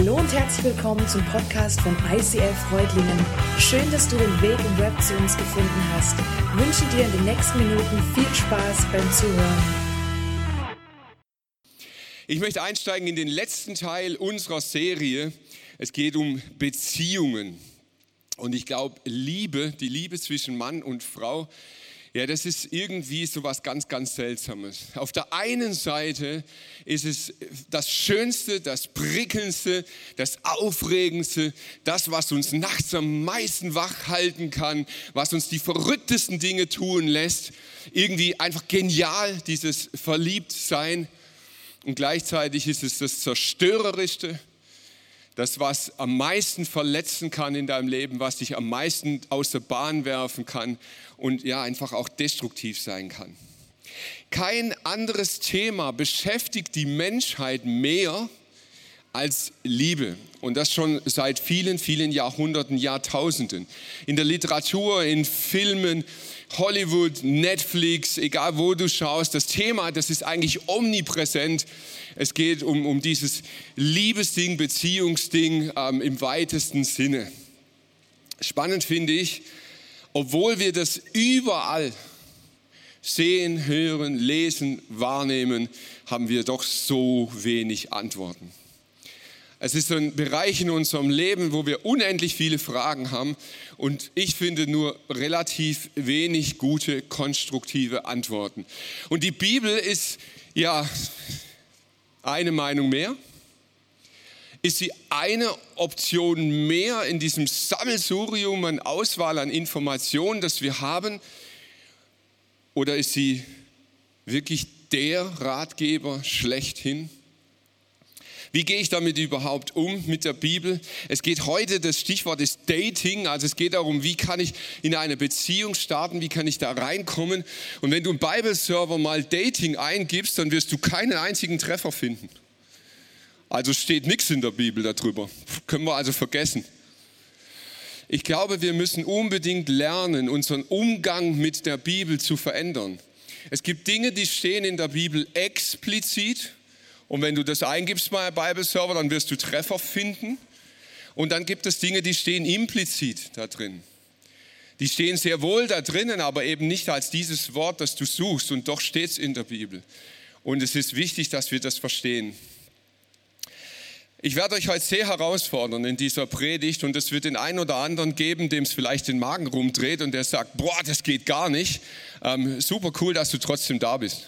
Hallo und herzlich willkommen zum Podcast von ICF Reutlingen. Schön, dass du den Weg im Web zu uns gefunden hast. Ich wünsche dir in den nächsten Minuten viel Spaß beim Zuhören. Ich möchte einsteigen in den letzten Teil unserer Serie. Es geht um Beziehungen. Und ich glaube, die Liebe zwischen Mann und Frau, ja, das ist irgendwie so was ganz, ganz Seltsames. Auf der einen Seite ist es das Schönste, das Prickelndste, das Aufregendste, das, was uns nachts am meisten wach halten kann, was uns die verrücktesten Dinge tun lässt. Irgendwie einfach genial, dieses Verliebtsein. Und gleichzeitig ist es das Zerstörerischste, das, was am meisten verletzen kann in deinem Leben, was dich am meisten aus der Bahn werfen kann und ja, einfach auch destruktiv sein kann. Kein anderes Thema beschäftigt die Menschheit mehr als Liebe. Und das schon seit vielen, vielen Jahrhunderten, Jahrtausenden. In der Literatur, in Filmen, Hollywood, Netflix, egal wo du schaust, das Thema, das ist eigentlich omnipräsent. Es geht um dieses Liebesding, Beziehungsding im weitesten Sinne. Spannend finde ich, obwohl wir das überall sehen, hören, lesen, wahrnehmen, haben wir doch so wenig Antworten. Es ist ein Bereich in unserem Leben, wo wir unendlich viele Fragen haben und ich finde nur relativ wenig gute, konstruktive Antworten. Und die Bibel ist ja eine Meinung mehr. Ist sie eine Option mehr in diesem Sammelsurium an Auswahl an Informationen, das wir haben? Oder ist sie wirklich der Ratgeber schlechthin? Wie gehe ich damit überhaupt um mit der Bibel? Es geht heute, das Stichwort ist Dating, also es geht darum, wie kann ich in eine Beziehung starten, wie kann ich da reinkommen? Und wenn du im Bible-Server mal Dating eingibst, dann wirst du keinen einzigen Treffer finden. Also steht nichts in der Bibel darüber, können wir also vergessen. Ich glaube, wir müssen unbedingt lernen, unseren Umgang mit der Bibel zu verändern. Es gibt Dinge, die stehen in der Bibel explizit. Und wenn du das eingibst bei einem Bible-Server, dann wirst du Treffer finden. Und dann gibt es Dinge, die stehen implizit da drin. Die stehen sehr wohl da drinnen, aber eben nicht als dieses Wort, das du suchst. Und doch steht es in der Bibel. Und es ist wichtig, dass wir das verstehen. Ich werde euch heute sehr herausfordern in dieser Predigt. Und es wird den einen oder anderen geben, dem es vielleicht den Magen rumdreht und der sagt, boah, das geht gar nicht. Super cool, dass du trotzdem da bist.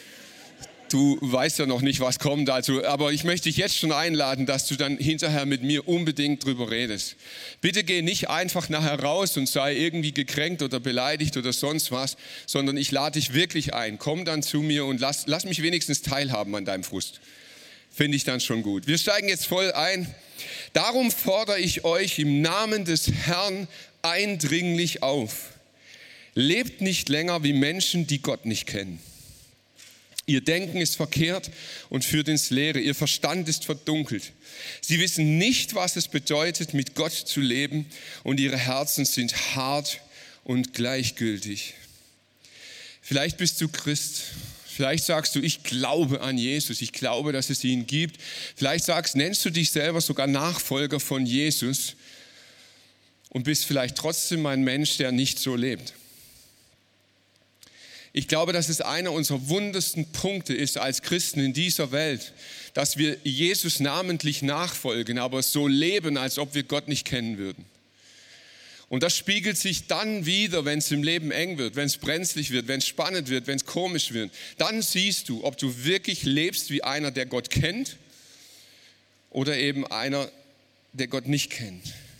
Du weißt ja noch nicht, was kommt, aber ich möchte dich jetzt schon einladen, dass du dann hinterher mit mir unbedingt drüber redest. Bitte geh nicht einfach nachher raus und sei irgendwie gekränkt oder beleidigt oder sonst was, sondern ich lade dich wirklich ein. Komm dann zu mir und lass mich wenigstens teilhaben an deinem Frust. Finde ich dann schon gut. Wir steigen jetzt voll ein. Darum fordere ich euch im Namen des Herrn eindringlich auf. Lebt nicht länger wie Menschen, die Gott nicht kennen. Ihr Denken ist verkehrt und führt ins Leere. Ihr Verstand ist verdunkelt. Sie wissen nicht, was es bedeutet, mit Gott zu leben, und ihre Herzen sind hart und gleichgültig. Vielleicht bist du Christ. Vielleicht sagst du, ich glaube an Jesus. Ich glaube, dass es ihn gibt. Vielleicht nennst du dich selber sogar Nachfolger von Jesus und bist vielleicht trotzdem ein Mensch, der nicht so lebt. Ich glaube, dass es einer unserer wundersten Punkte ist als Christen in dieser Welt, dass wir Jesus namentlich nachfolgen, aber so leben, als ob wir Gott nicht kennen würden. Und das spiegelt sich dann wieder, wenn es im Leben eng wird, wenn es brenzlig wird, wenn es spannend wird, wenn es komisch wird. Dann siehst du, ob du wirklich lebst wie einer, der Gott kennt, oder eben einer, der Gott nicht kennt.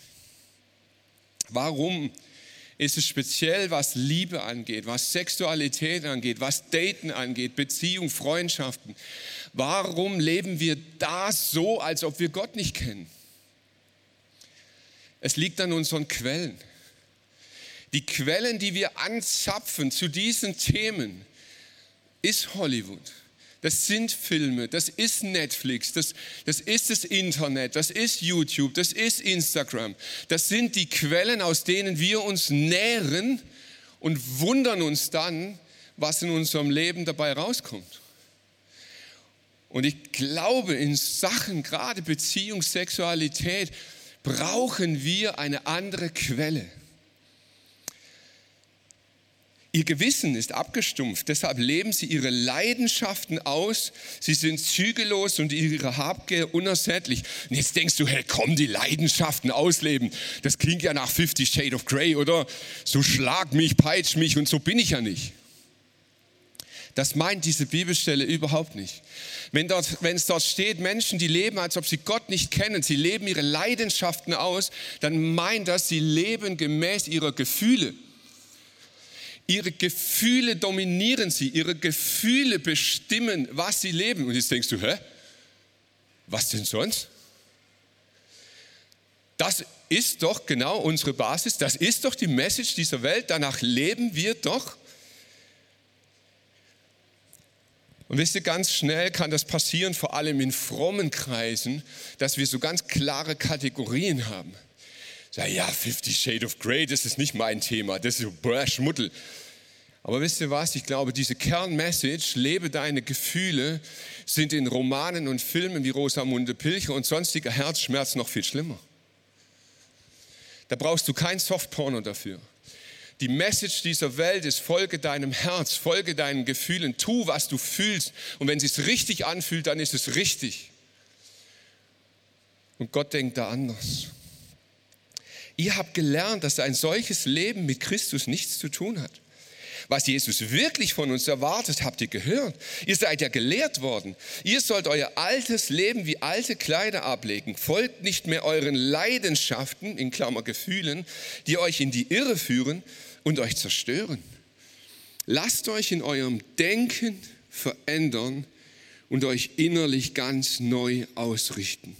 Warum ist es speziell, was Liebe angeht, was Sexualität angeht, was Daten angeht, Beziehung, Freundschaften? Warum leben wir da so, als ob wir Gott nicht kennen? Es liegt an unseren Quellen. Die Quellen, die wir anzapfen zu diesen Themen, ist Hollywood. Das sind Filme, das ist Netflix, das ist das Internet, das ist YouTube, das ist Instagram. Das sind die Quellen, aus denen wir uns nähren und wundern uns dann, was in unserem Leben dabei rauskommt. Und ich glaube, in Sachen gerade Beziehung, Sexualität brauchen wir eine andere Quelle. Ihr Gewissen ist abgestumpft, deshalb leben sie ihre Leidenschaften aus. Sie sind zügellos und ihre Habgier unersättlich. Und jetzt denkst du, hey komm, die Leidenschaften ausleben. Das klingt ja nach 50 Shades of Grey, oder? So schlag mich, peitsch mich und so bin ich ja nicht. Das meint diese Bibelstelle überhaupt nicht. Wenn es dort steht, Menschen, die leben, als ob sie Gott nicht kennen, sie leben ihre Leidenschaften aus, dann meint das, sie leben gemäß ihrer Gefühle. Ihre Gefühle dominieren sie, ihre Gefühle bestimmen, was sie leben. Und jetzt denkst du, was denn sonst? Das ist doch genau unsere Basis, das ist doch die Message dieser Welt, danach leben wir doch. Und wisst ihr, ganz schnell kann das passieren, vor allem in frommen Kreisen, dass wir so ganz klare Kategorien haben. Ja, 50 Shades of Grey, das ist nicht mein Thema, das ist so Schmuddel. Aber wisst ihr was, ich glaube, diese Kernmessage, lebe deine Gefühle, sind in Romanen und Filmen wie Rosamunde Pilcher und sonstiger Herzschmerz noch viel schlimmer. Da brauchst du kein Softporno dafür. Die Message dieser Welt ist, folge deinem Herz, folge deinen Gefühlen, tu, was du fühlst. Und wenn es sich richtig anfühlt, dann ist es richtig. Und Gott denkt da anders. Ihr habt gelernt, dass ein solches Leben mit Christus nichts zu tun hat. Was Jesus wirklich von uns erwartet, habt ihr gehört. Ihr seid ja gelehrt worden. Ihr sollt euer altes Leben wie alte Kleider ablegen. Folgt nicht mehr euren Leidenschaften, in Klammer Gefühlen, die euch in die Irre führen und euch zerstören. Lasst euch in eurem Denken verändern und euch innerlich ganz neu ausrichten.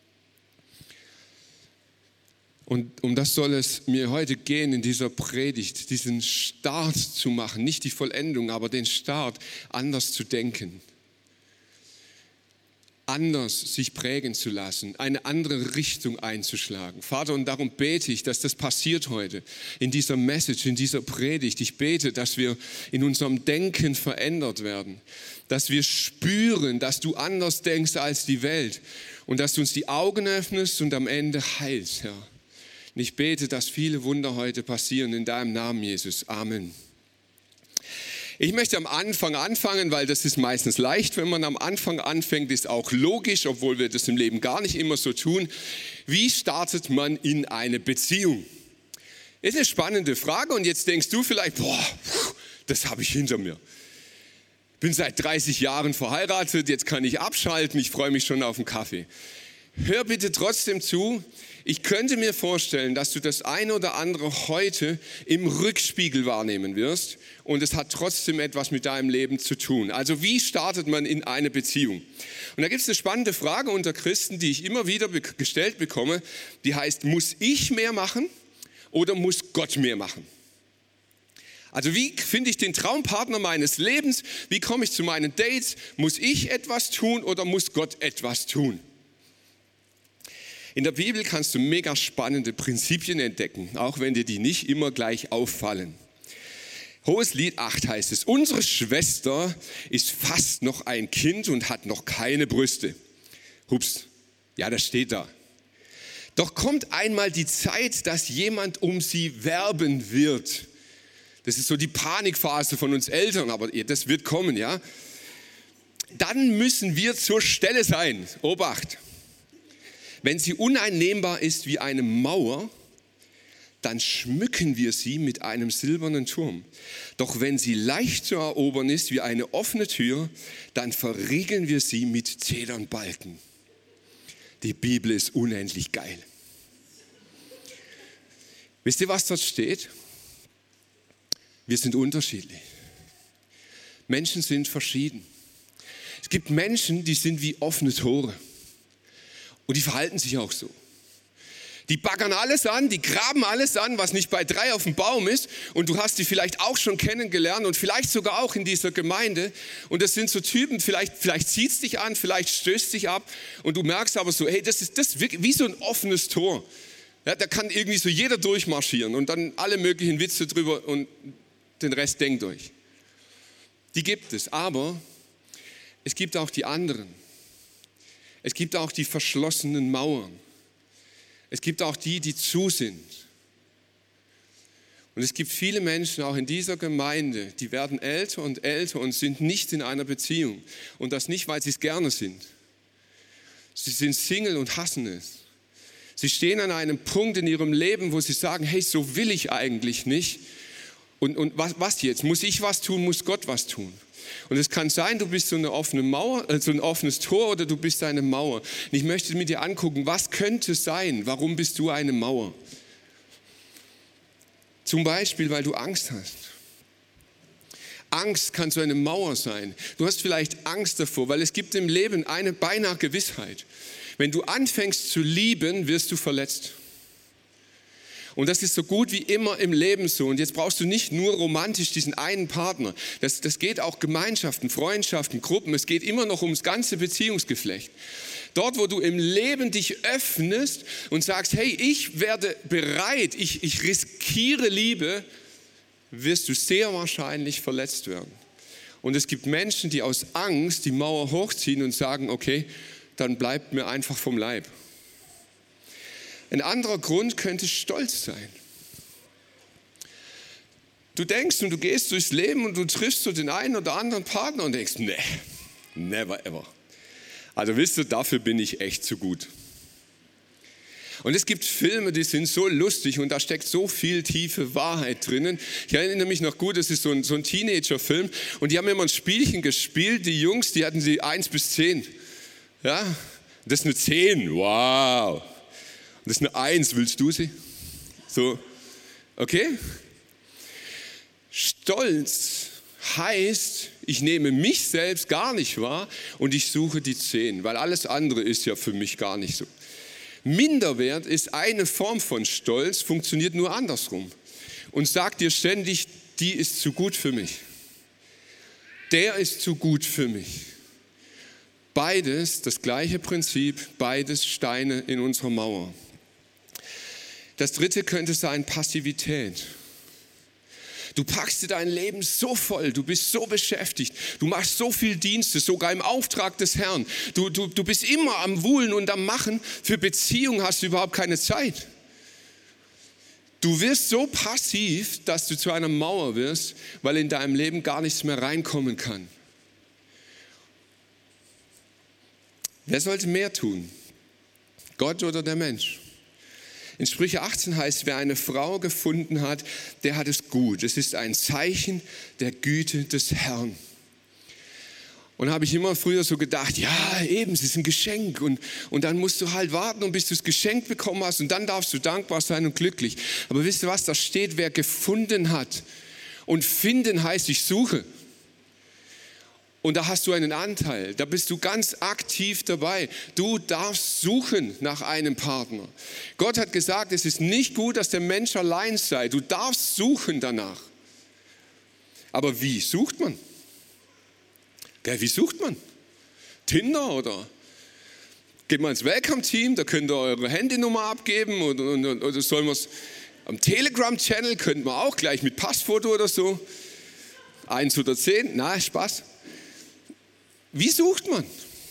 Und um das soll es mir heute gehen in dieser Predigt, diesen Start zu machen, nicht die Vollendung, aber den Start, anders zu denken, anders sich prägen zu lassen, eine andere Richtung einzuschlagen. Vater, und darum bete ich, dass das passiert heute in dieser Message, in dieser Predigt. Ich bete, dass wir in unserem Denken verändert werden, dass wir spüren, dass du anders denkst als die Welt und dass du uns die Augen öffnest und am Ende heilst, Herr. Und ich bete, dass viele Wunder heute passieren in deinem Namen, Jesus. Amen. Ich möchte am Anfang anfangen, weil das ist meistens leicht, wenn man am Anfang anfängt, ist auch logisch, obwohl wir das im Leben gar nicht immer so tun. Wie startet man in eine Beziehung? Ist eine spannende Frage und jetzt denkst du vielleicht, das habe ich hinter mir. Ich bin seit 30 Jahren verheiratet, jetzt kann ich abschalten, ich freue mich schon auf einen Kaffee. Hör bitte trotzdem zu. Ich könnte mir vorstellen, dass du das eine oder andere heute im Rückspiegel wahrnehmen wirst und es hat trotzdem etwas mit deinem Leben zu tun. Also wie startet man in eine Beziehung? Und da gibt es eine spannende Frage unter Christen, die ich immer wieder gestellt bekomme, die heißt, muss ich mehr machen oder muss Gott mehr machen? Also wie finde ich den Traumpartner meines Lebens? Wie komme ich zu meinen Dates? Muss ich etwas tun oder muss Gott etwas tun? In der Bibel kannst du mega spannende Prinzipien entdecken, auch wenn dir die nicht immer gleich auffallen. Hoheslied 8 heißt es, unsere Schwester ist fast noch ein Kind und hat noch keine Brüste. Hups, ja, das steht da. Doch kommt einmal die Zeit, dass jemand um sie werben wird. Das ist so die Panikphase von uns Eltern, aber das wird kommen, ja. Dann müssen wir zur Stelle sein. Obacht! Wenn sie uneinnehmbar ist wie eine Mauer, dann schmücken wir sie mit einem silbernen Turm. Doch wenn sie leicht zu erobern ist wie eine offene Tür, dann verriegeln wir sie mit Zedernbalken. Die Bibel ist unendlich geil. Wisst ihr, was dort steht? Wir sind unterschiedlich. Menschen sind verschieden. Es gibt Menschen, die sind wie offene Tore. Und die verhalten sich auch so. Die baggern alles an, die graben alles an, was nicht bei 3 auf dem Baum ist. Und du hast die vielleicht auch schon kennengelernt und vielleicht sogar auch in dieser Gemeinde. Und das sind so Typen, vielleicht zieht es dich an, vielleicht stößt dich ab. Und du merkst aber so, hey, das ist wie so ein offenes Tor. Ja, da kann irgendwie so jeder durchmarschieren und dann alle möglichen Witze drüber und den Rest denkt euch. Die gibt es, aber es gibt auch die anderen. Es gibt auch die verschlossenen Mauern. Es gibt auch die, die zu sind. Und es gibt viele Menschen auch in dieser Gemeinde, die werden älter und älter und sind nicht in einer Beziehung. Und das nicht, weil sie es gerne sind. Sie sind Single und hassen es. Sie stehen an einem Punkt in ihrem Leben, wo sie sagen, hey, so will ich eigentlich nicht. Und was jetzt? Muss ich was tun? Muss Gott was tun? Und es kann sein, du bist so eine offene Mauer, so ein offenes Tor oder du bist eine Mauer. Und ich möchte mit dir angucken, was könnte sein? Warum bist du eine Mauer? Zum Beispiel, weil du Angst hast. Angst kann so eine Mauer sein. Du hast vielleicht Angst davor, weil es gibt im Leben eine beinahe Gewissheit. Wenn du anfängst zu lieben, wirst du verletzt. Und das ist so gut wie immer im Leben so. Und jetzt brauchst du nicht nur romantisch diesen einen Partner. Das geht auch Gemeinschaften, Freundschaften, Gruppen. Es geht immer noch ums ganze Beziehungsgeflecht. Dort, wo du im Leben dich öffnest und sagst, hey, ich werde bereit, ich riskiere Liebe, wirst du sehr wahrscheinlich verletzt werden. Und es gibt Menschen, die aus Angst die Mauer hochziehen und sagen, okay, dann bleibt mir einfach vom Leib. Ein anderer Grund könnte Stolz sein. Du denkst und du gehst durchs Leben und du triffst so den einen oder anderen Partner und denkst, nee, never ever. Also wisst ihr, dafür bin ich echt zu gut. Und es gibt Filme, die sind so lustig und da steckt so viel tiefe Wahrheit drinnen. Ich erinnere mich noch gut, das ist so ein Teenager-Film und die haben immer ein Spielchen gespielt, die Jungs, die hatten sie 1 bis 10. Ja, das ist eine 10, wow. Das ist eine 1, willst du sie? So, okay? Stolz heißt, ich nehme mich selbst gar nicht wahr und ich suche die 10, weil alles andere ist ja für mich gar nicht so. Minderwert ist eine Form von Stolz, funktioniert nur andersrum und sagt dir ständig, die ist zu gut für mich. Der ist zu gut für mich. Beides das gleiche Prinzip, beides Steine in unserer Mauer. Das dritte könnte sein Passivität. Du packst dir dein Leben so voll, du bist so beschäftigt, du machst so viel Dienste, sogar im Auftrag des Herrn. Du bist immer am Wuhlen und am Machen, für Beziehung hast du überhaupt keine Zeit. Du wirst so passiv, dass du zu einer Mauer wirst, weil in deinem Leben gar nichts mehr reinkommen kann. Wer sollte mehr tun? Gott oder der Mensch? In Sprüche 18 heißt, wer eine Frau gefunden hat, der hat es gut. Es ist ein Zeichen der Güte des Herrn. Und habe ich immer früher so gedacht, ja eben, es ist ein Geschenk und dann musst du halt warten und bis du das Geschenk bekommen hast und dann darfst du dankbar sein und glücklich. Aber wisst ihr was, da steht, wer gefunden hat. Und finden heißt, ich suche. Und da hast du einen Anteil, da bist du ganz aktiv dabei. Du darfst suchen nach einem Partner. Gott hat gesagt, es ist nicht gut, dass der Mensch allein sei. Du darfst suchen danach. Aber wie sucht man? Wie sucht man? Tinder oder geht man ins Welcome-Team, da könnt ihr eure Handynummer abgeben oder sollen wir es am Telegram-Channel, könnten wir auch gleich mit Passfoto oder so. 1 oder 10, na, Spaß. Wie sucht man?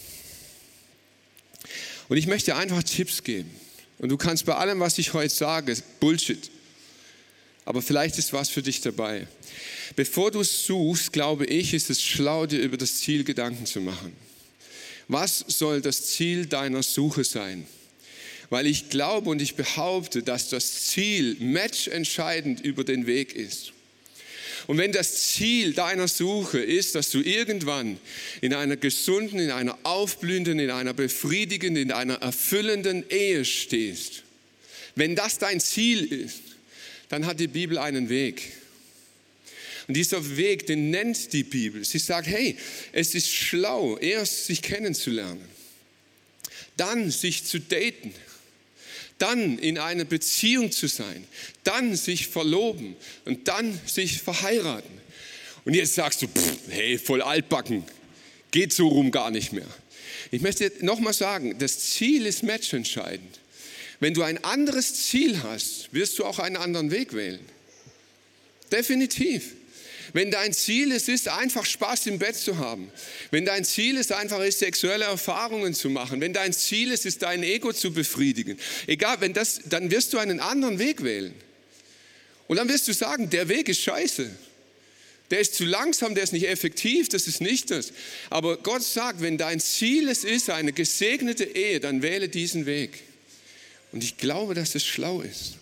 Und ich möchte einfach Tipps geben. Und du kannst bei allem, was ich heute sage, Bullshit. Aber vielleicht ist was für dich dabei. Bevor du suchst, glaube ich, ist es schlau, dir über das Ziel Gedanken zu machen. Was soll das Ziel deiner Suche sein? Weil ich glaube und ich behaupte, dass das Ziel matchentscheidend über den Weg ist. Und wenn das Ziel deiner Suche ist, dass du irgendwann in einer gesunden, in einer aufblühenden, in einer befriedigenden, in einer erfüllenden Ehe stehst, wenn das dein Ziel ist, dann hat die Bibel einen Weg. Und dieser Weg, den nennt die Bibel. Sie sagt, hey, es ist schlau, erst sich kennenzulernen, dann sich zu daten, dann in einer Beziehung zu sein, dann sich verloben und dann sich verheiraten. Und jetzt sagst du, hey, voll altbacken, geht so rum gar nicht mehr. Ich möchte nochmal sagen, das Ziel ist matchentscheidend. Wenn du ein anderes Ziel hast, wirst du auch einen anderen Weg wählen. Definitiv. Wenn dein Ziel es ist, einfach Spaß im Bett zu haben, wenn dein Ziel es einfach ist, sexuelle Erfahrungen zu machen, wenn dein Ziel es ist, dein Ego zu befriedigen, egal, dann wirst du einen anderen Weg wählen. Und dann wirst du sagen, der Weg ist scheiße. Der ist zu langsam, der ist nicht effektiv, das ist nicht das. Aber Gott sagt, wenn dein Ziel es ist, eine gesegnete Ehe, dann wähle diesen Weg. Und ich glaube, dass es schlau ist.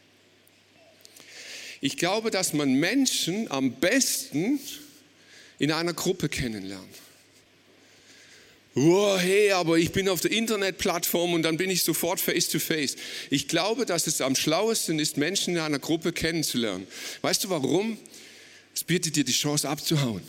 Ich glaube, dass man Menschen am besten in einer Gruppe kennenlernt. Oh, hey, aber ich bin auf der Internetplattform und dann bin ich sofort face to face. Ich glaube, dass es am schlauesten ist, Menschen in einer Gruppe kennenzulernen. Weißt du warum? Es bietet dir die Chance abzuhauen.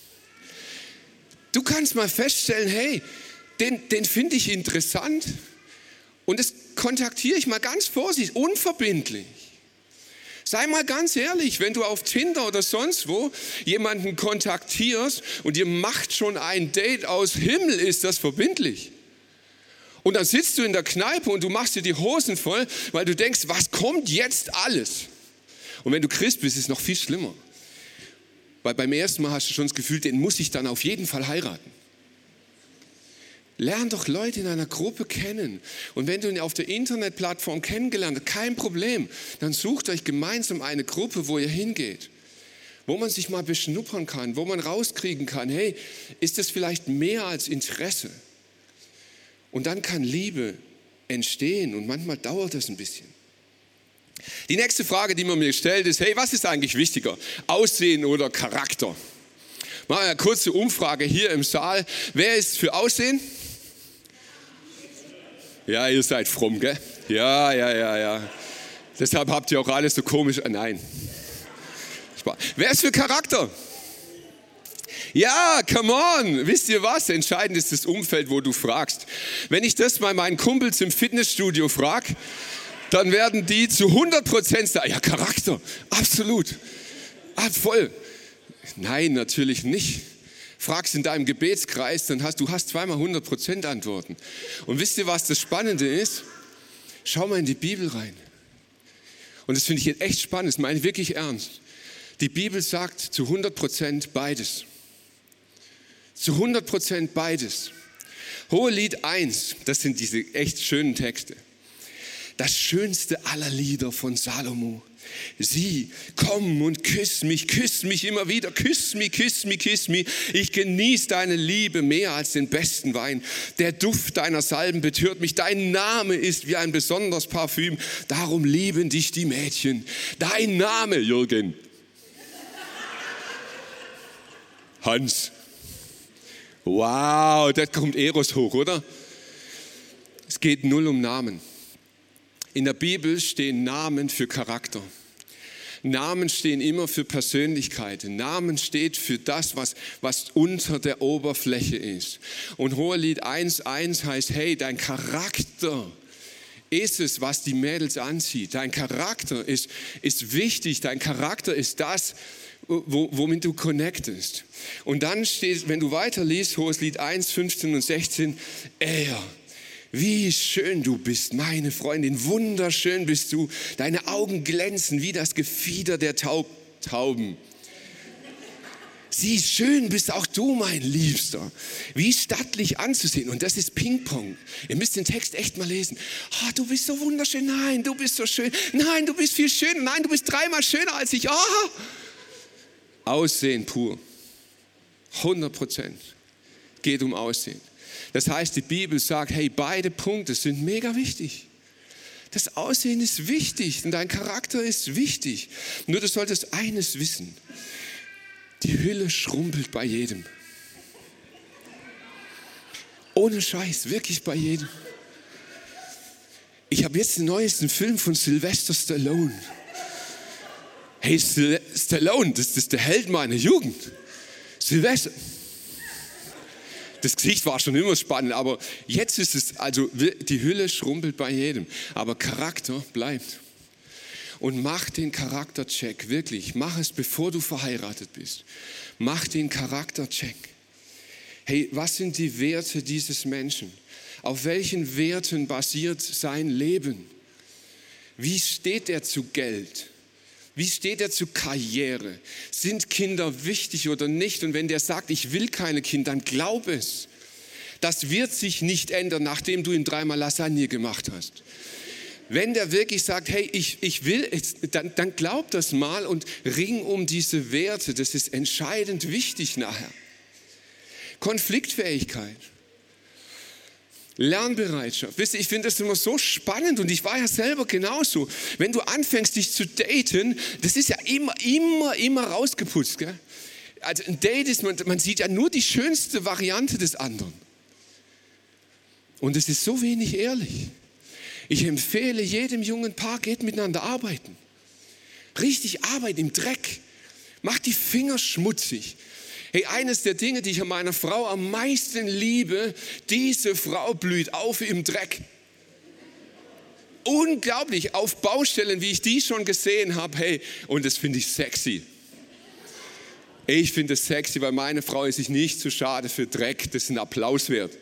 Du kannst mal feststellen, hey, den finde ich interessant und das kontaktiere ich mal ganz vorsichtig, unverbindlich. Sei mal ganz ehrlich, wenn du auf Tinder oder sonst wo jemanden kontaktierst und ihr macht schon ein Date aus, Himmel ist das verbindlich. Und dann sitzt du in der Kneipe und du machst dir die Hosen voll, weil du denkst, was kommt jetzt alles? Und wenn du Christ bist, ist es noch viel schlimmer. Weil beim ersten Mal hast du schon das Gefühl, den muss ich dann auf jeden Fall heiraten. Lern doch Leute in einer Gruppe kennen. Und wenn du ihn auf der Internetplattform kennengelernt hast, kein Problem, dann sucht euch gemeinsam eine Gruppe, wo ihr hingeht. Wo man sich mal beschnuppern kann, wo man rauskriegen kann, hey, ist das vielleicht mehr als Interesse? Und dann kann Liebe entstehen und manchmal dauert das ein bisschen. Die nächste Frage, die man mir stellt, ist, hey, was ist eigentlich wichtiger? Aussehen oder Charakter? Mal eine kurze Umfrage hier im Saal. Wer ist für Aussehen? Ja, ihr seid fromm, gell? Ja. Deshalb habt ihr auch alles so komisch. Nein. Wer ist für Charakter? Ja, come on. Wisst ihr was? Entscheidend ist das Umfeld, wo du fragst. Wenn ich das bei meinen Kumpels im Fitnessstudio frage, dann werden die zu 100% sagen, ja, Charakter, absolut, voll. Nein, natürlich nicht. Fragst in deinem Gebetskreis, dann hast du zweimal 100% Antworten. Und wisst ihr, was das Spannende ist? Schau mal in die Bibel rein. Und das finde ich jetzt echt spannend, das meine ich wirklich ernst. Die Bibel sagt zu 100% beides. Zu 100% beides. Hohelied 1, das sind diese echt schönen Texte. Das schönste aller Lieder von Salomo. Sieh, komm und küss mich immer wieder, küss mich. Ich genieße deine Liebe mehr als den besten Wein. Der Duft deiner Salben betört mich, dein Name ist wie ein besonderes Parfüm. Darum lieben dich die Mädchen. Dein Name, Jürgen. Hans. Wow, da kommt Eros hoch, oder? Es geht null um Namen. In der Bibel stehen Namen für Charakter. Namen stehen immer für Persönlichkeit. Namen steht für das, was unter der Oberfläche ist. Und Hohelied 1,1 heißt, hey, dein Charakter ist es, was die Mädels anzieht. Dein Charakter ist wichtig. Dein Charakter ist das, womit du connectest. Und dann steht, wenn du weiterliest, Hohelied 1, 15 und 16, wie schön du bist, meine Freundin, wunderschön bist du. Deine Augen glänzen wie das Gefieder der Tauben. Sieh, schön bist auch du, mein Liebster. Wie stattlich anzusehen. Und das ist Ping-Pong. Ihr müsst den Text echt mal lesen. Oh, du bist so wunderschön. Nein, du bist so schön. Nein, du bist viel schöner. Nein, du bist 3-mal schöner als ich. Oh. Aussehen pur. 100% geht um Aussehen. Das heißt, die Bibel sagt, hey, beide Punkte sind mega wichtig. Das Aussehen ist wichtig und dein Charakter ist wichtig. Nur du solltest eines wissen. Die Hülle schrumpelt bei jedem. Ohne Scheiß, wirklich bei jedem. Ich habe jetzt den neuesten Film von Sylvester Stallone. Hey, Stallone, das ist der Held meiner Jugend. Sylvester. Das Gesicht war schon immer spannend, aber jetzt ist es, also die Hülle schrumpelt bei jedem, aber Charakter bleibt. Und mach den Charaktercheck, wirklich, mach es, bevor du verheiratet bist. Mach den Charaktercheck. Hey, was sind die Werte dieses Menschen? Auf welchen Werten basiert sein Leben? Wie steht er zu Geld? Wie steht er zu Karriere? Sind Kinder wichtig oder nicht? Und wenn der sagt, ich will keine Kinder, dann glaub es. Das wird sich nicht ändern, nachdem du ihm 3-mal Lasagne gemacht hast. Wenn der wirklich sagt, hey, ich will, dann glaub das mal und ring um diese Werte. Das ist entscheidend wichtig nachher. Konfliktfähigkeit. Lernbereitschaft. Wisst ihr, ich finde das immer so spannend und ich war ja selber genauso. Wenn du anfängst, dich zu daten, das ist ja immer rausgeputzt. Gell? Also ein Date ist, man sieht ja nur die schönste Variante des anderen. Und es ist so wenig ehrlich. Ich empfehle jedem jungen Paar, geht miteinander arbeiten. Richtig arbeiten im Dreck. Macht die Finger schmutzig. Hey, eines der Dinge, die ich an meiner Frau am meisten liebe, diese Frau blüht auf im Dreck. Unglaublich, auf Baustellen, wie ich die schon gesehen habe, hey, und das finde ich sexy. Ich finde es sexy, weil meine Frau ist sich nicht zu schade für Dreck, das ist ein Applaus wert.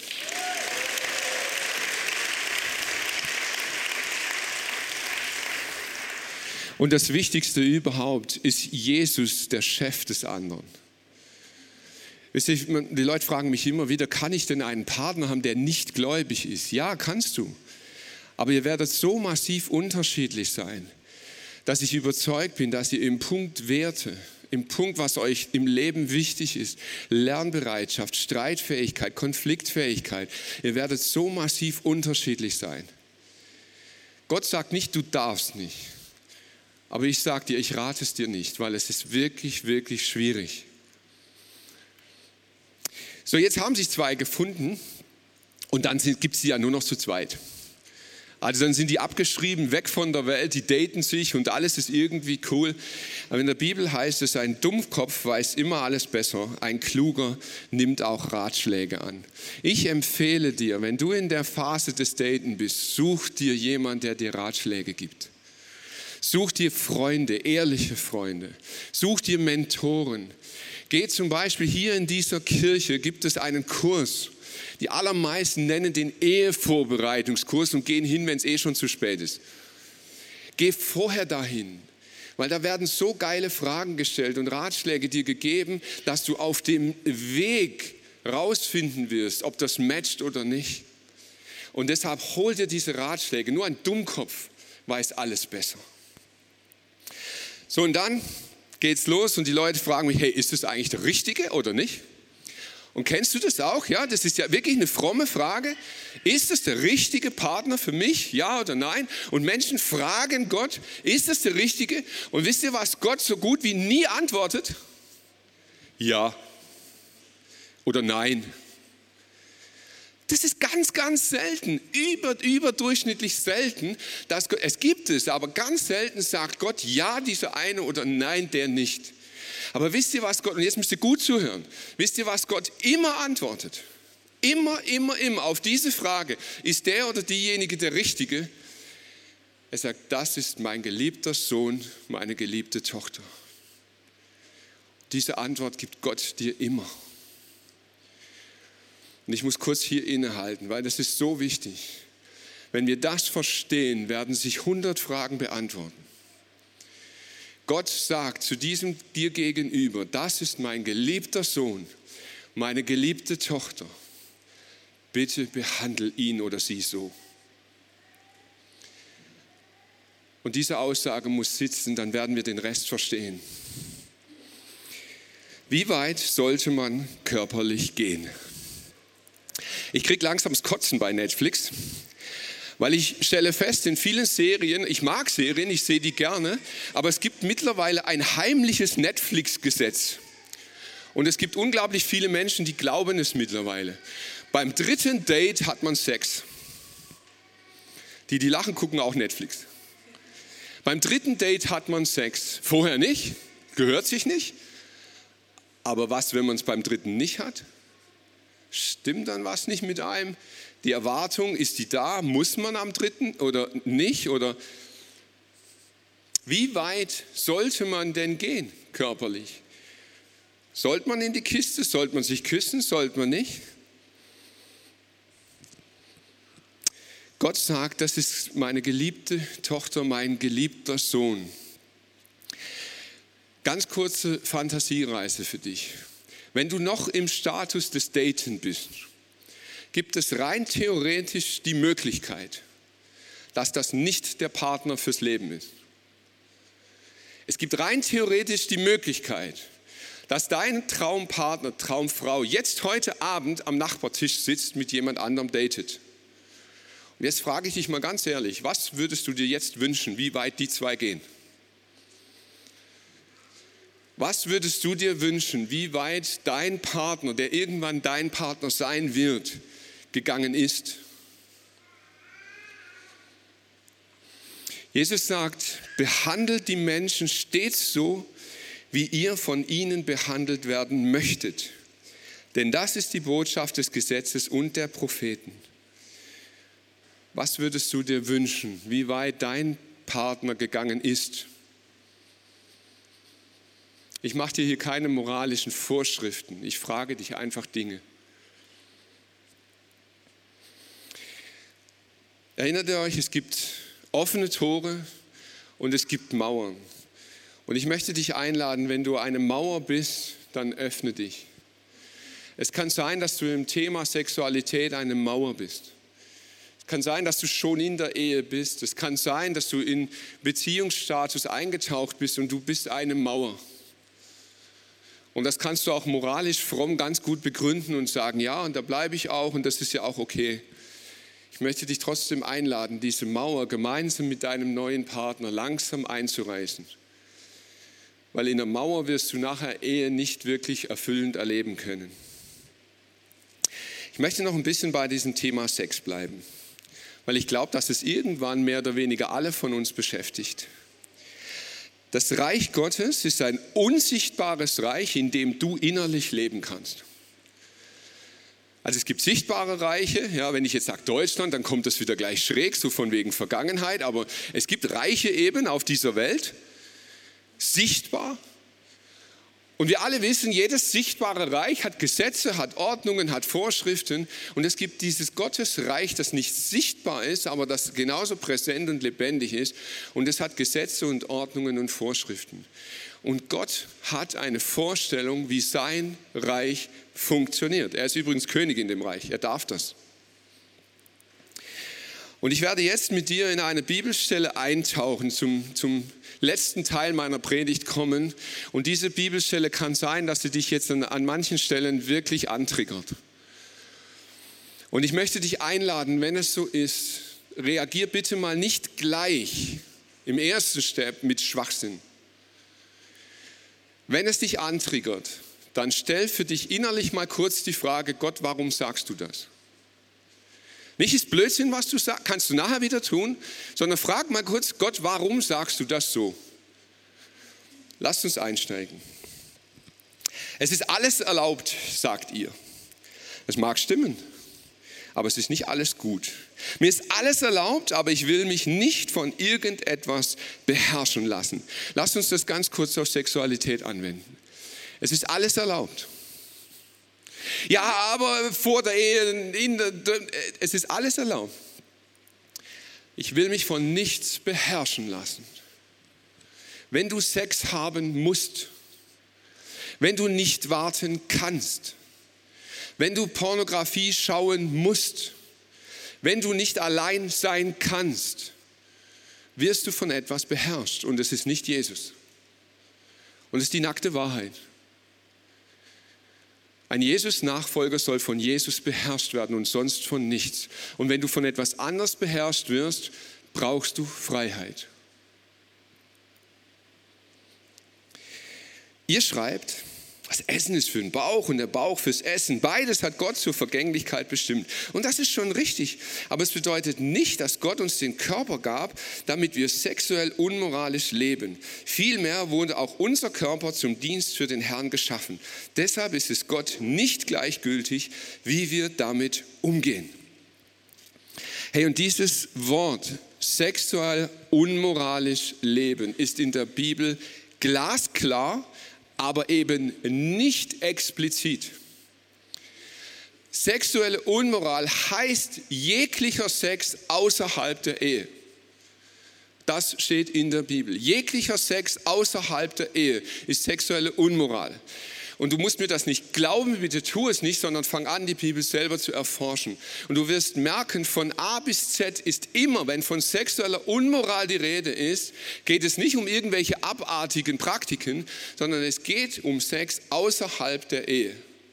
Und das Wichtigste überhaupt ist Jesus, der Chef des anderen. Die Leute fragen mich immer wieder, kann ich denn einen Partner haben, der nicht gläubig ist? Ja, kannst du. Aber ihr werdet so massiv unterschiedlich sein, dass ich überzeugt bin, dass ihr im Punkt Werte, im Punkt, was euch im Leben wichtig ist, Lernbereitschaft, Streitfähigkeit, Konfliktfähigkeit, ihr werdet so massiv unterschiedlich sein. Gott sagt nicht, du darfst nicht. Aber ich sage dir, ich rate es dir nicht, weil es ist wirklich, wirklich schwierig. So, jetzt haben sich 2 gefunden und dann gibt es sie ja nur noch zu zweit. Also dann sind die abgeschrieben, weg von der Welt, die daten sich und alles ist irgendwie cool. Aber in der Bibel heißt es, ein Dummkopf weiß immer alles besser, ein Kluger nimmt auch Ratschläge an. Ich empfehle dir, wenn du in der Phase des Daten bist, such dir jemanden, der dir Ratschläge gibt. Such dir Freunde, ehrliche Freunde. Such dir Mentoren. Geh zum Beispiel hier in dieser Kirche, gibt es einen Kurs. Die allermeisten nennen den Ehevorbereitungskurs und gehen hin, wenn es schon zu spät ist. Geh vorher dahin, weil da werden so geile Fragen gestellt und Ratschläge dir gegeben, dass du auf dem Weg rausfinden wirst, ob das matcht oder nicht. Und deshalb hol dir diese Ratschläge. Nur ein Dummkopf weiß alles besser. So, und dann geht's los und die Leute fragen mich, hey, ist das eigentlich der Richtige oder nicht? Und kennst du das auch? Ja, das ist ja wirklich eine fromme Frage. Ist das der richtige Partner für mich? Ja oder nein? Und Menschen fragen Gott, ist das der Richtige? Und wisst ihr, was Gott so gut wie nie antwortet? Ja oder nein. Das ist ganz, ganz selten, überdurchschnittlich selten. Es gibt es, aber ganz selten sagt Gott, ja, dieser eine oder nein, der nicht. Aber wisst ihr, was Gott, und jetzt müsst ihr gut zuhören, wisst ihr, was Gott immer antwortet? Immer auf diese Frage, ist der oder diejenige der Richtige? Er sagt, das ist mein geliebter Sohn, meine geliebte Tochter. Diese Antwort gibt Gott dir immer. Und ich muss kurz hier innehalten, weil das ist so wichtig. Wenn wir das verstehen, werden sich 100 Fragen beantworten. Gott sagt zu diesem dir gegenüber, das ist mein geliebter Sohn, meine geliebte Tochter. Bitte behandle ihn oder sie so. Und diese Aussage muss sitzen, dann werden wir den Rest verstehen. Wie weit sollte man körperlich gehen? Ich kriege langsam das Kotzen bei Netflix, weil ich stelle fest, in vielen Serien, ich mag Serien, ich sehe die gerne, aber es gibt mittlerweile ein heimliches Netflix-Gesetz. Und es gibt unglaublich viele Menschen, die glauben es mittlerweile. Beim 3. Date hat man Sex. Die lachen, gucken auch Netflix. Beim 3. Date hat man Sex. Vorher nicht, gehört sich nicht. Aber was, wenn man es beim 3. nicht hat? Stimmt dann was nicht mit einem? Die Erwartung, ist die da? Muss man am 3. oder nicht? Oder wie weit sollte man denn gehen körperlich? Sollte man in die Kiste? Sollte man sich küssen? Sollte man nicht? Gott sagt, das ist meine geliebte Tochter, mein geliebter Sohn. Ganz kurze Fantasiereise für dich. Wenn du noch im Status des Daten bist, gibt es rein theoretisch die Möglichkeit, dass das nicht der Partner fürs Leben ist. Es gibt rein theoretisch die Möglichkeit, dass dein Traumpartner, Traumfrau jetzt heute Abend am Nachbartisch sitzt, mit jemand anderem datet. Und jetzt frage ich dich mal ganz ehrlich, was würdest du dir jetzt wünschen, wie weit die zwei gehen? Was würdest du dir wünschen, wie weit dein Partner, der irgendwann dein Partner sein wird, gegangen ist? Jesus sagt, behandelt die Menschen stets so, wie ihr von ihnen behandelt werden möchtet. Denn das ist die Botschaft des Gesetzes und der Propheten. Was würdest du dir wünschen, wie weit dein Partner gegangen ist? Ich mache dir hier keine moralischen Vorschriften. Ich frage dich einfach Dinge. Erinnert ihr euch, es gibt offene Tore und es gibt Mauern. Und ich möchte dich einladen, wenn du eine Mauer bist, dann öffne dich. Es kann sein, dass du im Thema Sexualität eine Mauer bist. Es kann sein, dass du schon in der Ehe bist. Es kann sein, dass du in Beziehungsstatus eingetaucht bist und du bist eine Mauer. Und das kannst du auch moralisch fromm ganz gut begründen und sagen, ja, und da bleibe ich auch und das ist ja auch okay. Ich möchte dich trotzdem einladen, diese Mauer gemeinsam mit deinem neuen Partner langsam einzureißen. Weil in der Mauer wirst du nachher Ehe nicht wirklich erfüllend erleben können. Ich möchte noch ein bisschen bei diesem Thema Sex bleiben, weil ich glaube, dass es irgendwann mehr oder weniger alle von uns beschäftigt. Das Reich Gottes ist ein unsichtbares Reich, in dem du innerlich leben kannst. Also es gibt sichtbare Reiche, ja, wenn ich jetzt sage Deutschland, dann kommt das wieder gleich schräg, so von wegen Vergangenheit, aber es gibt Reiche eben auf dieser Welt, sichtbar. Und wir alle wissen, jedes sichtbare Reich hat Gesetze, hat Ordnungen, hat Vorschriften. Und es gibt dieses Gottesreich, das nicht sichtbar ist, aber das genauso präsent und lebendig ist. Und es hat Gesetze und Ordnungen und Vorschriften. Und Gott hat eine Vorstellung, wie sein Reich funktioniert. Er ist übrigens König in dem Reich, er darf das. Und ich werde jetzt mit dir in eine Bibelstelle eintauchen, zum letzten Teil meiner Predigt kommen. Und diese Bibelstelle kann sein, dass sie dich jetzt an manchen Stellen wirklich antriggert. Und ich möchte dich einladen, wenn es so ist, reagier bitte mal nicht gleich im ersten Step mit Schwachsinn. Wenn es dich antriggert, dann stell für dich innerlich mal kurz die Frage, Gott, warum sagst du das? Nicht ist Blödsinn, was du sagst, kannst du nachher wieder tun, sondern frag mal kurz, Gott, warum sagst du das so? Lasst uns einsteigen. Es ist alles erlaubt, sagt ihr. Es mag stimmen, aber es ist nicht alles gut. Mir ist alles erlaubt, aber ich will mich nicht von irgendetwas beherrschen lassen. Lasst uns das ganz kurz auf Sexualität anwenden. Es ist alles erlaubt. Ja, aber vor der Ehe, es ist alles erlaubt. Ich will mich von nichts beherrschen lassen. Wenn du Sex haben musst, wenn du nicht warten kannst, wenn du Pornografie schauen musst, wenn du nicht allein sein kannst, wirst du von etwas beherrscht und es ist nicht Jesus. Und es ist die nackte Wahrheit. Ein Jesus-Nachfolger soll von Jesus beherrscht werden und sonst von nichts. Und wenn du von etwas anders beherrscht wirst, brauchst du Freiheit. Ihr schreibt, das Essen ist für den Bauch und der Bauch fürs Essen. Beides hat Gott zur Vergänglichkeit bestimmt. Und das ist schon richtig. Aber es bedeutet nicht, dass Gott uns den Körper gab, damit wir sexuell unmoralisch leben. Vielmehr wurde auch unser Körper zum Dienst für den Herrn geschaffen. Deshalb ist es Gott nicht gleichgültig, wie wir damit umgehen. Hey, und dieses Wort, sexuell unmoralisch leben, ist in der Bibel glasklar, aber eben nicht explizit. Sexuelle Unmoral heißt jeglicher Sex außerhalb der Ehe. Das steht in der Bibel. Jeglicher Sex außerhalb der Ehe ist sexuelle Unmoral. Und du musst mir das nicht glauben, bitte tu es nicht, sondern fang an, die Bibel selber zu erforschen. Und du wirst merken, von A bis Z ist immer, wenn von sexueller Unmoral die Rede ist, geht es nicht um irgendwelche abartigen Praktiken, sondern es geht um Sex außerhalb der Ehe.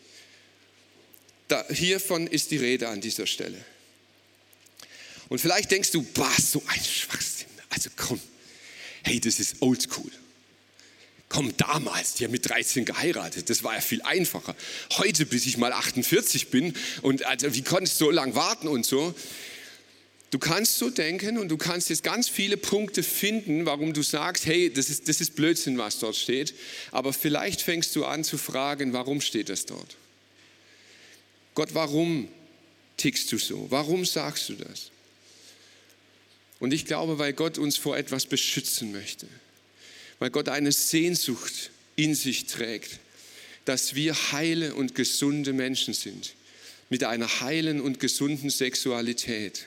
Hiervon ist die Rede an dieser Stelle. Und vielleicht denkst du, so ein Schwachsinn. Also komm, hey, das ist oldschool. Komm, damals, die haben mit 13 geheiratet, das war ja viel einfacher. Heute, bis ich mal 48 bin und also, wie konntest du so lange warten und so. Du kannst so denken und du kannst jetzt ganz viele Punkte finden, warum du sagst, hey, das ist Blödsinn, was dort steht. Aber vielleicht fängst du an zu fragen, warum steht das dort? Gott, warum tickst du so? Warum sagst du das? Und ich glaube, weil Gott uns vor etwas beschützen möchte. Weil Gott eine Sehnsucht in sich trägt, dass wir heile und gesunde Menschen sind, mit einer heilen und gesunden Sexualität.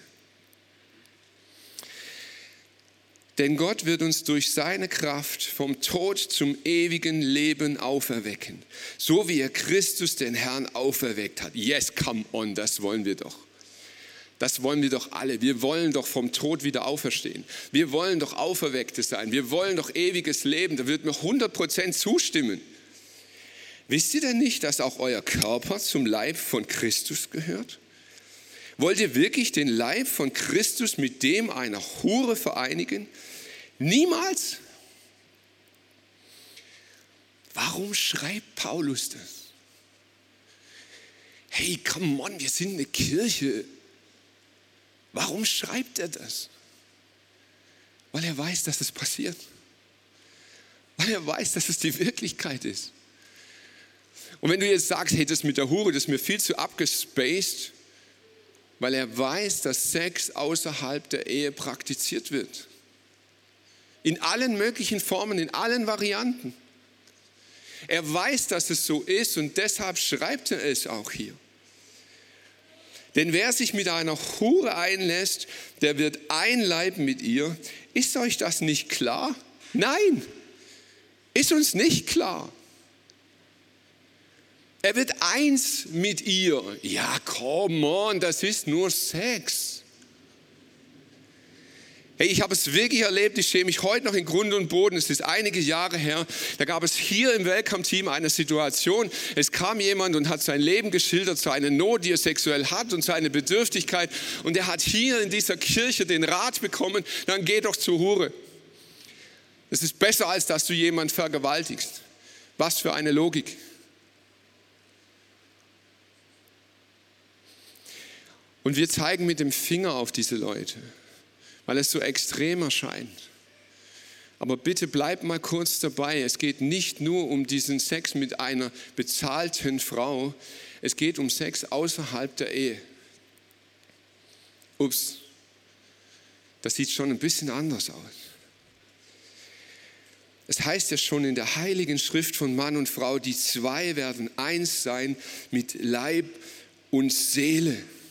Denn Gott wird uns durch seine Kraft vom Tod zum ewigen Leben auferwecken, so wie er Christus den Herrn auferweckt hat. Yes, come on, das wollen wir doch. Das wollen wir doch alle. Wir wollen doch vom Tod wieder auferstehen. Wir wollen doch Auferweckte sein. Wir wollen doch ewiges Leben. Da wird mir 100% zustimmen. Wisst ihr denn nicht, dass auch euer Körper zum Leib von Christus gehört? Wollt ihr wirklich den Leib von Christus mit dem einer Hure vereinigen? Niemals. Warum schreibt Paulus das? Hey, come on, wir sind eine Kirche. Warum schreibt er das? Weil er weiß, dass es passiert. Weil er weiß, dass es die Wirklichkeit ist. Und wenn du jetzt sagst, hey, das mit der Hure, das ist mir viel zu abgespaced, weil er weiß, dass Sex außerhalb der Ehe praktiziert wird. In allen möglichen Formen, in allen Varianten. Er weiß, dass es so ist und deshalb schreibt er es auch hier. Denn wer sich mit einer Hure einlässt, der wird ein Leib mit ihr. Ist euch das nicht klar? Nein, ist uns nicht klar. Er wird eins mit ihr. Ja, come on, das ist nur Sex. Hey, ich habe es wirklich erlebt, ich schäme mich heute noch in Grund und Boden, es ist einige Jahre her, da gab es hier im Welcome-Team eine Situation, es kam jemand und hat sein Leben geschildert, seine Not, die er sexuell hat und seine Bedürftigkeit und er hat hier in dieser Kirche den Rat bekommen, dann geh doch zur Hure. Es ist besser, als dass du jemanden vergewaltigst. Was für eine Logik. Und wir zeigen mit dem Finger auf diese Leute, weil es so extrem erscheint. Aber bitte bleib mal kurz dabei. Es geht nicht nur um diesen Sex mit einer bezahlten Frau. Es geht um Sex außerhalb der Ehe. Ups, das sieht schon ein bisschen anders aus. Es heißt ja schon in der Heiligen Schrift von Mann und Frau, die zwei werden eins sein mit Leib und Seele.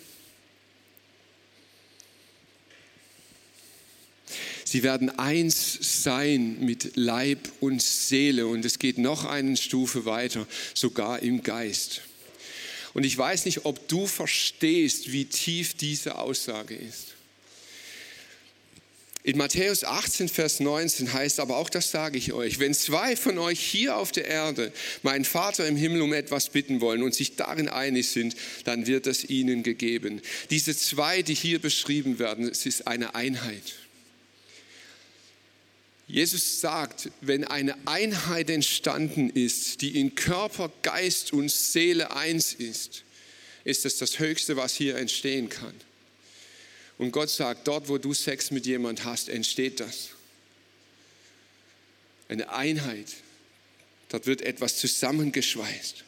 Sie werden eins sein mit Leib und Seele und es geht noch eine Stufe weiter, sogar im Geist. Und ich weiß nicht, ob du verstehst, wie tief diese Aussage ist. In Matthäus 18, Vers 19 heißt aber auch, das sage ich euch, wenn zwei von euch hier auf der Erde meinen Vater im Himmel um etwas bitten wollen und sich darin einig sind, dann wird es ihnen gegeben. Diese zwei, die hier beschrieben werden, es ist eine Einheit. Jesus sagt, wenn eine Einheit entstanden ist, die in Körper, Geist und Seele eins ist, ist es das Höchste, was hier entstehen kann. Und Gott sagt, dort, wo du Sex mit jemand hast, entsteht das. Eine Einheit. Dort wird etwas zusammengeschweißt.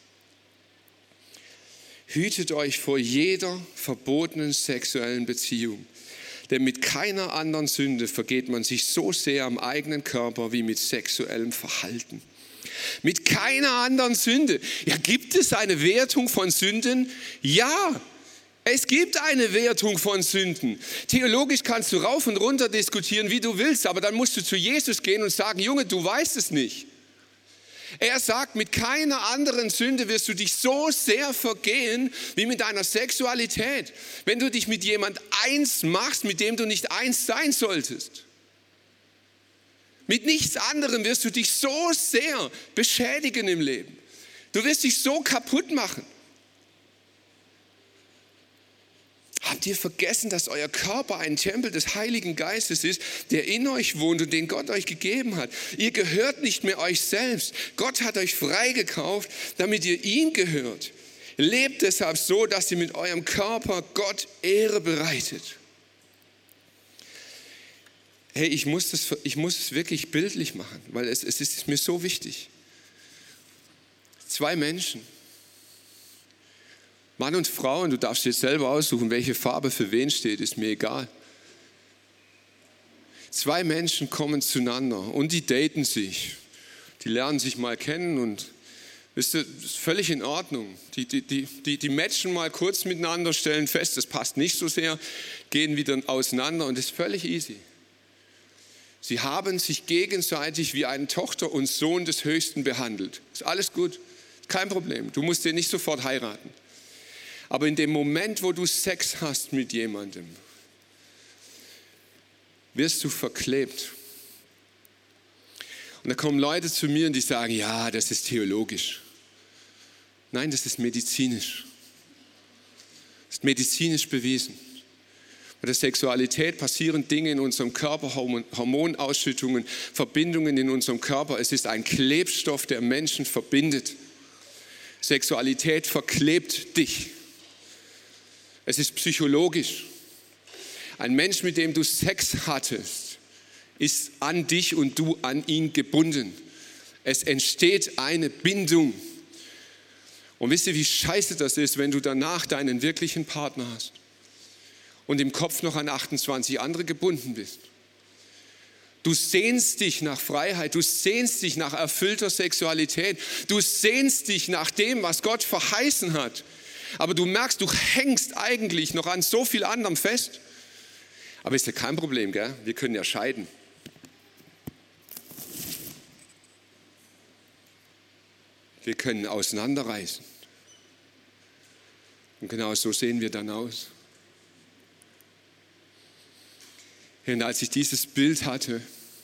Hütet euch vor jeder verbotenen sexuellen Beziehung. Denn mit keiner anderen Sünde vergeht man sich so sehr am eigenen Körper wie mit sexuellem Verhalten. Mit keiner anderen Sünde. Ja, gibt es eine Wertung von Sünden? Ja, Es gibt eine Wertung von Sünden. Theologisch kannst du rauf und runter diskutieren, wie du willst, aber dann musst du zu Jesus gehen und sagen, Junge, du weißt es nicht. Er sagt, mit keiner anderen Sünde wirst du dich so sehr vergehen wie mit deiner Sexualität, wenn du dich mit jemand eins machst, mit dem du nicht eins sein solltest. Mit nichts anderem wirst du dich so sehr beschädigen im Leben. Du wirst dich so kaputt machen. Habt ihr vergessen, dass euer Körper ein Tempel des Heiligen Geistes ist, der in euch wohnt und den Gott euch gegeben hat? Ihr gehört nicht mehr euch selbst. Gott hat euch freigekauft, damit ihr ihm gehört. Lebt deshalb so, dass ihr mit eurem Körper Gott Ehre bereitet. Hey, ich muss es wirklich bildlich machen, weil es ist mir so wichtig. 2 Menschen, Mann und Frau, und du darfst jetzt selber aussuchen, welche Farbe für wen steht, ist mir egal. 2 Menschen kommen zueinander und die daten sich. Die lernen sich mal kennen und wisst ihr, das ist völlig in Ordnung. Die matchen mal kurz miteinander, stellen fest, das passt nicht so sehr, gehen wieder auseinander und das ist völlig easy. Sie haben sich gegenseitig wie eine Tochter und Sohn des Höchsten behandelt. Ist alles gut, kein Problem. Du musst den nicht sofort heiraten. Aber in dem Moment, wo du Sex hast mit jemandem, wirst du verklebt. Und da kommen Leute zu mir und die sagen, ja, das ist theologisch. Nein, das ist medizinisch. Das ist medizinisch bewiesen. Bei der Sexualität passieren Dinge in unserem Körper, Hormonausschüttungen, Verbindungen in unserem Körper. Es ist ein Klebstoff, der Menschen verbindet. Sexualität verklebt dich. Es ist psychologisch. Ein Mensch, mit dem du Sex hattest, ist an dich und du an ihn gebunden. Es entsteht eine Bindung. Und wisst ihr, wie scheiße das ist, wenn du danach deinen wirklichen Partner hast und im Kopf noch an 28 andere gebunden bist. Du sehnst dich nach Freiheit, du sehnst dich nach erfüllter Sexualität, du sehnst dich nach dem, was Gott verheißen hat. Aber du merkst, du hängst eigentlich noch an so viel anderem fest. Aber ist ja kein Problem, gell? Wir können ja scheiden. Wir können auseinanderreißen. Und genau so sehen wir dann aus. Und als ich dieses Bild hatte,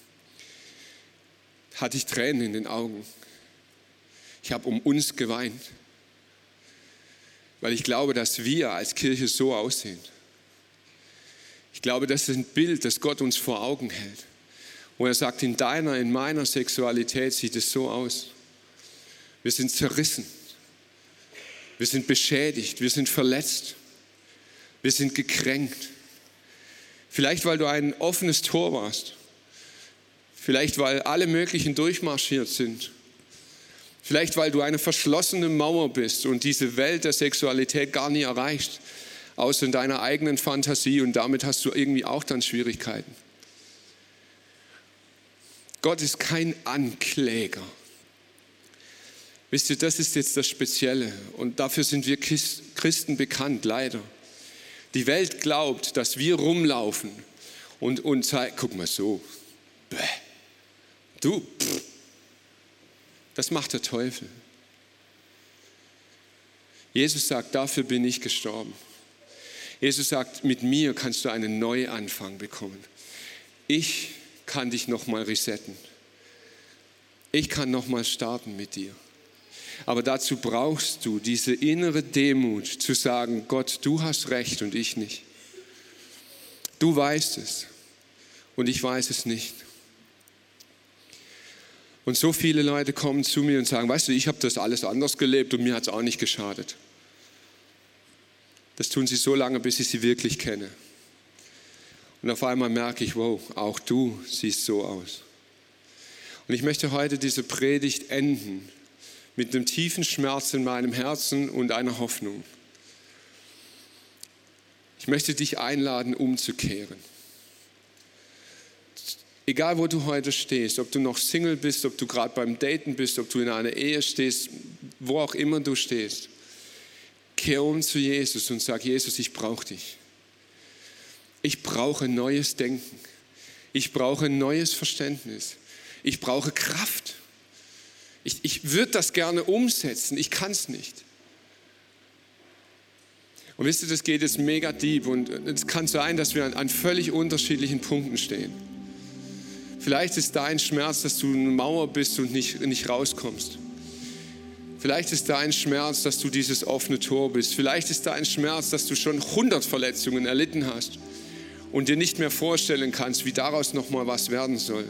hatte ich Tränen in den Augen. Ich habe um uns geweint. Weil ich glaube, dass wir als Kirche so aussehen. Ich glaube, das ist ein Bild, das Gott uns vor Augen hält. Wo er sagt, in deiner, in meiner Sexualität sieht es so aus. Wir sind zerrissen. Wir sind beschädigt. Wir sind verletzt. Wir sind gekränkt. Vielleicht, weil du ein offenes Tor warst. Vielleicht, weil alle möglichen durchmarschiert sind. Vielleicht, weil du eine verschlossene Mauer bist und diese Welt der Sexualität gar nie erreichst, außer in deiner eigenen Fantasie, und damit hast du irgendwie auch dann Schwierigkeiten. Gott ist kein Ankläger. Wisst ihr, das ist jetzt das Spezielle und dafür sind wir Christen bekannt, leider. Die Welt glaubt, dass wir rumlaufen und sagen, guck mal so, du, das macht der Teufel. Jesus sagt, dafür bin ich gestorben. Jesus sagt, mit mir kannst du einen Neuanfang bekommen. Ich kann dich nochmal resetten. Ich kann nochmal starten mit dir. Aber dazu brauchst du diese innere Demut zu sagen, Gott, du hast recht und ich nicht. Du weißt es und ich weiß es nicht. Und so viele Leute kommen zu mir und sagen, weißt du, ich habe das alles anders gelebt und mir hat es auch nicht geschadet. Das tun sie so lange, bis ich sie wirklich kenne. Und auf einmal merke ich, wow, auch du siehst so aus. Und ich möchte heute diese Predigt enden mit einem tiefen Schmerz in meinem Herzen und einer Hoffnung. Ich möchte dich einladen, umzukehren. Egal, wo du heute stehst, ob du noch Single bist, ob du gerade beim Daten bist, ob du in einer Ehe stehst, wo auch immer du stehst, kehr um zu Jesus und sag, Jesus, ich brauche dich. Ich brauche neues Denken. Ich brauche ein neues Verständnis. Ich brauche Kraft. Ich würde das gerne umsetzen. Ich kann es nicht. Und wisst ihr, das geht jetzt mega deep und es kann sein, dass wir an völlig unterschiedlichen Punkten stehen. Vielleicht ist dein Schmerz, dass du eine Mauer bist und nicht rauskommst. Vielleicht ist dein Schmerz, dass du dieses offene Tor bist. Vielleicht ist dein Schmerz, dass du schon 100 Verletzungen erlitten hast und dir nicht mehr vorstellen kannst, wie daraus nochmal was werden soll.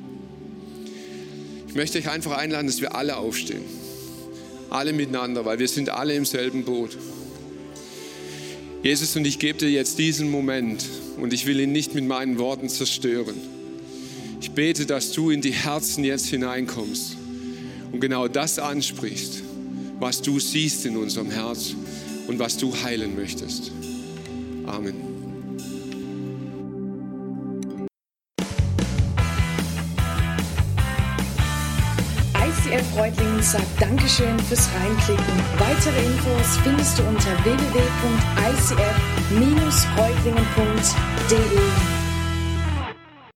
Ich möchte euch einfach einladen, dass wir alle aufstehen. Alle miteinander, weil wir sind alle im selben Boot. Jesus, und ich gebe dir jetzt diesen Moment und ich will ihn nicht mit meinen Worten zerstören. Ich bete, dass du in die Herzen jetzt hineinkommst und genau das ansprichst, was du siehst in unserem Herz und was du heilen möchtest. Amen. ICF Reutlingen sagt Dankeschön fürs Reinklicken. Weitere Infos findest du unter www.icf-reutlingen.de.